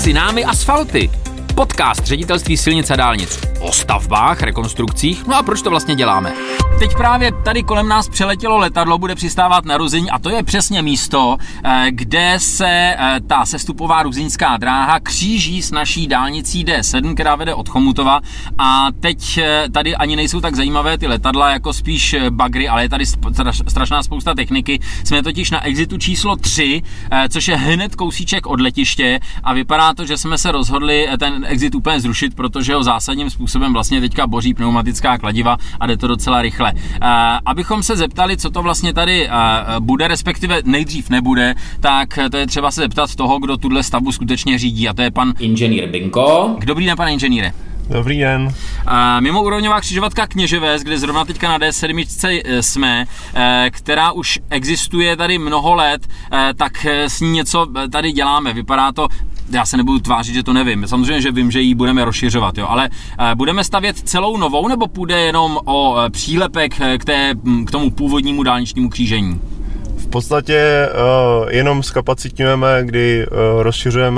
Mezi námi asfalty. Podcast Ředitelství silnic a dálnic o stavbách, rekonstrukcích. No a proč to vlastně děláme? Teď právě tady kolem nás přeletělo letadlo, bude přistávat na Ruzyň a to je přesně místo, kde se ta sestupová ruzyňská dráha kříží s naší dálnicí D7, která vede od Chomutova, a teď tady ani nejsou tak zajímavé ty letadla, jako spíš bagry, ale je tady strašná spousta techniky. Jsme totiž na exitu číslo 3, což je hned kousíček od letiště a vypadá to, že jsme se rozhodli ten exit úplně zrušit, protože ho zásadním způsobem vlastně teďka boří pneumatická kladiva a jde to docela rychle. Abychom se zeptali, co to vlastně tady bude, respektive nejdřív nebude, tak to je třeba se zeptat toho, kdo tuhle stavbu skutečně řídí, a to je pan inženýr Binko. Dobrý den, pane inženýre. Dobrý den. Mimoúrovňová křižovatka Kněževes, kde zrovna teďka na D7 jsme, která už existuje tady mnoho let, tak s ní něco tady děláme. Vypadá to, já se nebudu tvářit, že to nevím. Samozřejmě, že vím, že ji budeme rozšiřovat, jo, ale budeme stavět celou novou, nebo půjde jenom o přílepek k tomu původnímu dálničnímu křížení? V podstatě jenom zkapacitňujeme, kdy rozšiřujeme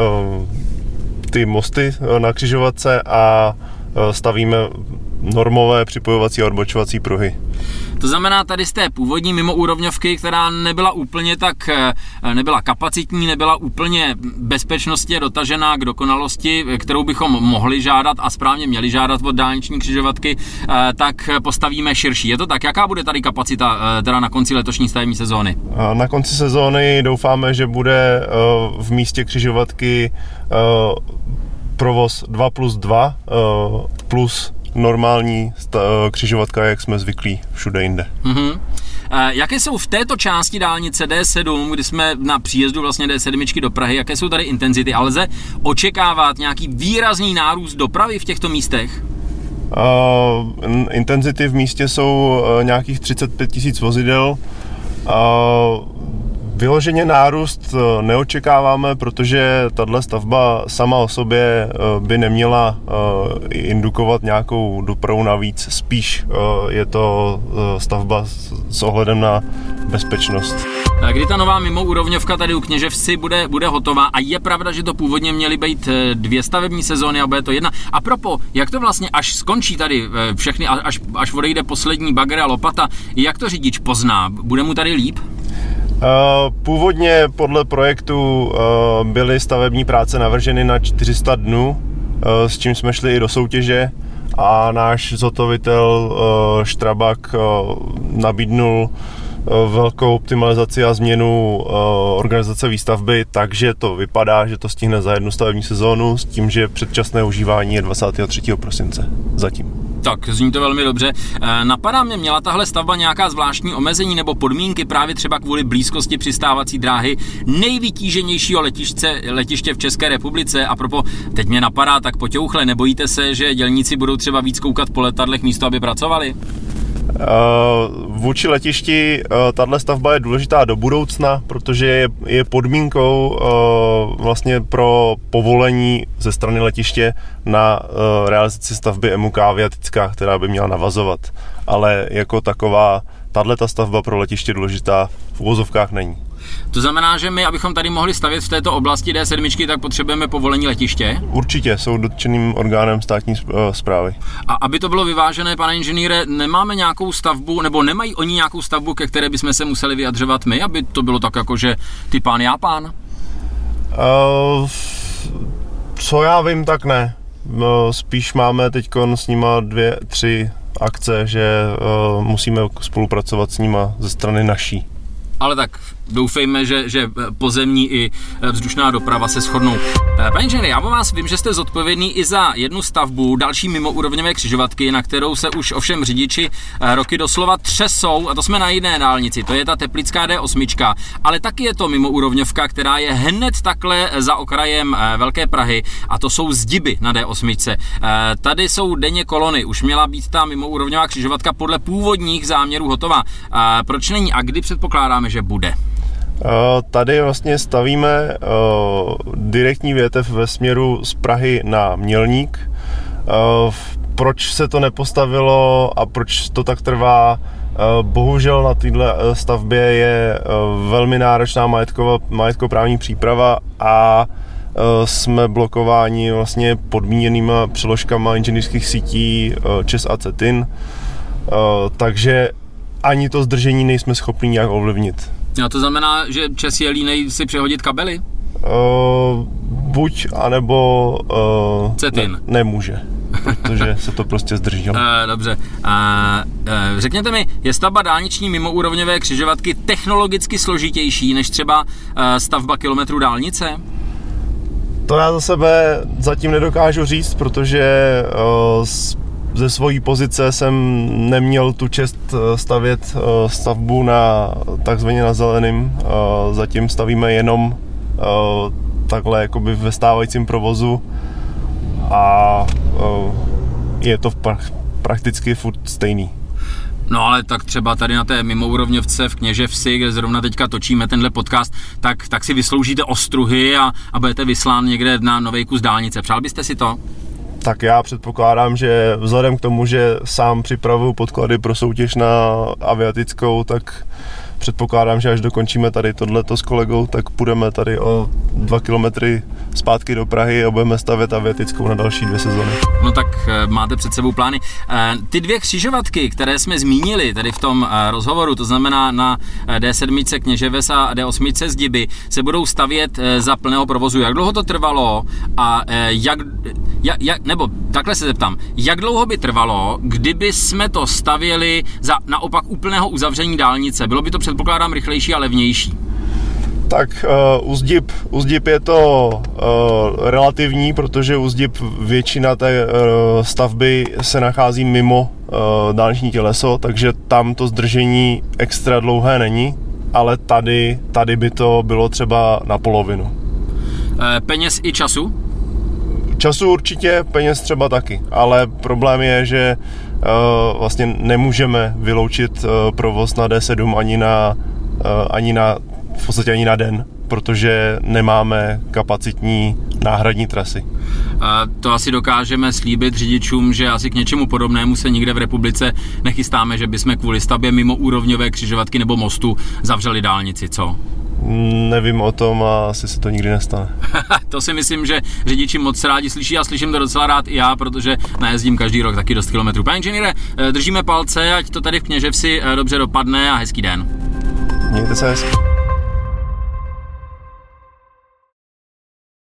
ty mosty na křižovatce a stavíme normové připojovací a odbočovací pruhy. To znamená, tady z té původní mimoúrovňovky, která nebyla úplně tak, nebyla kapacitní, nebyla úplně bezpečnostně dotažená k dokonalosti, kterou bychom mohli žádat a správně měli žádat od dálniční křižovatky, tak postavíme širší. Je to tak? Jaká bude tady kapacita teda na konci letošní stavební sezóny? Na konci sezóny doufáme, že bude v místě křižovatky provoz 2+2 plus normální křižovatka, jak jsme zvyklí všude jinde. Mm-hmm. Jaké jsou v této části dálnice D7, kdy jsme na příjezdu vlastně D7 do Prahy, jaké jsou tady intenzity? A lze očekávat nějaký výrazný nárůst dopravy v těchto místech? Intenzity v místě jsou nějakých 35 000 vozidel. Vyloženě nárůst neočekáváme, protože tato stavba sama o sobě by neměla indukovat nějakou dopravu navíc. Spíš je to stavba s ohledem na bezpečnost. Kdy ta nová mimoúrovňovka tady u Kněževci bude hotová? A je pravda, že to původně měly být 2 stavební sezóny a bude to 1. A propo, jak to vlastně, až skončí tady všechny, až odejde poslední bagr a lopata, jak to řidič pozná? Bude mu tady líp? Původně podle projektu byly stavební práce navrženy na 400 dnů, s čím jsme šli i do soutěže, a náš zhotovitel Štrabak nabídnul velkou optimalizaci a změnu organizace výstavby, takže to vypadá, že to stihne za 1 stavební sezónu, s tím, že předčasné užívání je 23. prosince zatím. Tak, zní to velmi dobře. Napadá mě, měla tahle stavba nějaká zvláštní omezení nebo podmínky právě třeba kvůli blízkosti přistávací dráhy nejvytíženějšího letiště v České republice? A propo, teď mě napadá, tak poťouchle, nebojíte se, že dělníci budou třeba víc koukat po letadlech místo, aby pracovali? Vůči letišti tato stavba je důležitá do budoucna, protože je podmínkou vlastně pro povolení ze strany letiště na realizaci stavby MUK Aviatická, která by měla navazovat. Ale jako taková tato stavba pro letiště důležitá v uvozovkách není. To znamená, že my, abychom tady mohli stavět v této oblasti D7, tak potřebujeme povolení letiště? Určitě, jsou dotčeným orgánem státní správy. A aby to bylo vyvážené, pane inženýre, nemáme nějakou stavbu, nebo nemají oni nějakou stavbu, ke které bychom se museli vyjadřovat my, aby to bylo tak jako, že ty pán, já pán? Co já vím, tak ne. Spíš máme teďkon s nima 2-3 akce, že musíme spolupracovat s nima ze strany naší. Ale tak doufejme, že pozemní i vzdušná doprava se shodnou. Pane inženýre, já o vás vím, že jste zodpovědný i za jednu stavbu další mimoúrovňové křižovatky, na kterou se už ovšem řidiči roky doslova třesou, a to jsme na jiné dálnici, to je ta teplická D8, ale taky je to mimoúrovňovka, která je hned takhle za okrajem Velké Prahy, a to jsou Zdiby na D8. Tady jsou denně kolony, už měla být ta mimoúrovňová křižovatka podle původních záměrů hotová. Proč není a kdy předpokládáme, že bude? Tady vlastně stavíme direktní větev ve směru z Prahy na Mělník. Proč se to nepostavilo a proč to tak trvá? Bohužel na této stavbě je velmi náročná majetkoprávní příprava a jsme blokováni vlastně podmíněnýma přeložkama inženýrských sítí ČEZ a CETIN, takže ani to zdržení nejsme schopni nějak ovlivnit. A to znamená, že ČEZ je línej si přehodit kabely? Buď, anebo CETIN. Nemůže, protože se to prostě zdrželo. Dobře. Řekněte mi, je stavba dálniční mimoúrovňové křižovatky technologicky složitější než třeba stavba kilometrů dálnice? To já za sebe zatím nedokážu říct, protože ze svojí pozice jsem neměl tu čest stavět stavbu takzvaně na zeleným. Zatím stavíme jenom takhle jakoby ve stávajícím provozu a je to prakticky furt stejný. No ale tak třeba tady na té mimoúrovňovce v Kněževsi, kde zrovna teďka točíme tenhle podcast, tak si vysloužíte ostruhy a budete vyslán někde na nový kus dálnice. Přál byste si to? Tak já předpokládám, že vzhledem k tomu, že sám připravuju podklady pro soutěž na aviatickou, tak předpokládám, že až dokončíme tady tohleto s kolegou, tak půjdeme tady o 2 kilometry zpátky do Prahy a budeme stavět aviatickou na další 2 sezony. No tak máte před sebou plány. Ty 2 křižovatky, které jsme zmínili tady v tom rozhovoru, to znamená na D7 Kněževes a D8 Zdiby, se budou stavět za plného provozu. Jak dlouho to trvalo a nebo takhle se zeptám, jak dlouho by trvalo, kdyby jsme to stavěli za naopak úplného uzavření dálnice? Bylo by to, předpokládám, rychlejší a levnější? Tak u Zdib je to relativní, protože u Zdib většina té stavby se nachází mimo dálniční těleso, takže tam to zdržení extra dlouhé není, ale tady by to bylo třeba na polovinu. Peněz i času? Času určitě, peněz třeba taky, ale problém je, že vlastně nemůžeme vyloučit provoz na D7 v podstatě ani na den, protože nemáme kapacitní náhradní trasy. To asi dokážeme slíbit řidičům, že asi k něčemu podobnému se nikde v republice nechystáme, že bychom kvůli stavbě mimoúrovňové křižovatky nebo mostu zavřeli dálnici, co? Nevím o tom a asi se to nikdy nestane. To si myslím, že řidiči moc rádi slyší a slyším to docela rád i já, protože najezdím každý rok taky dost kilometrů. Pane inženýre, držíme palce, ať to tady v Kněževsi dobře dopadne a hezký den. Mějte se hezky.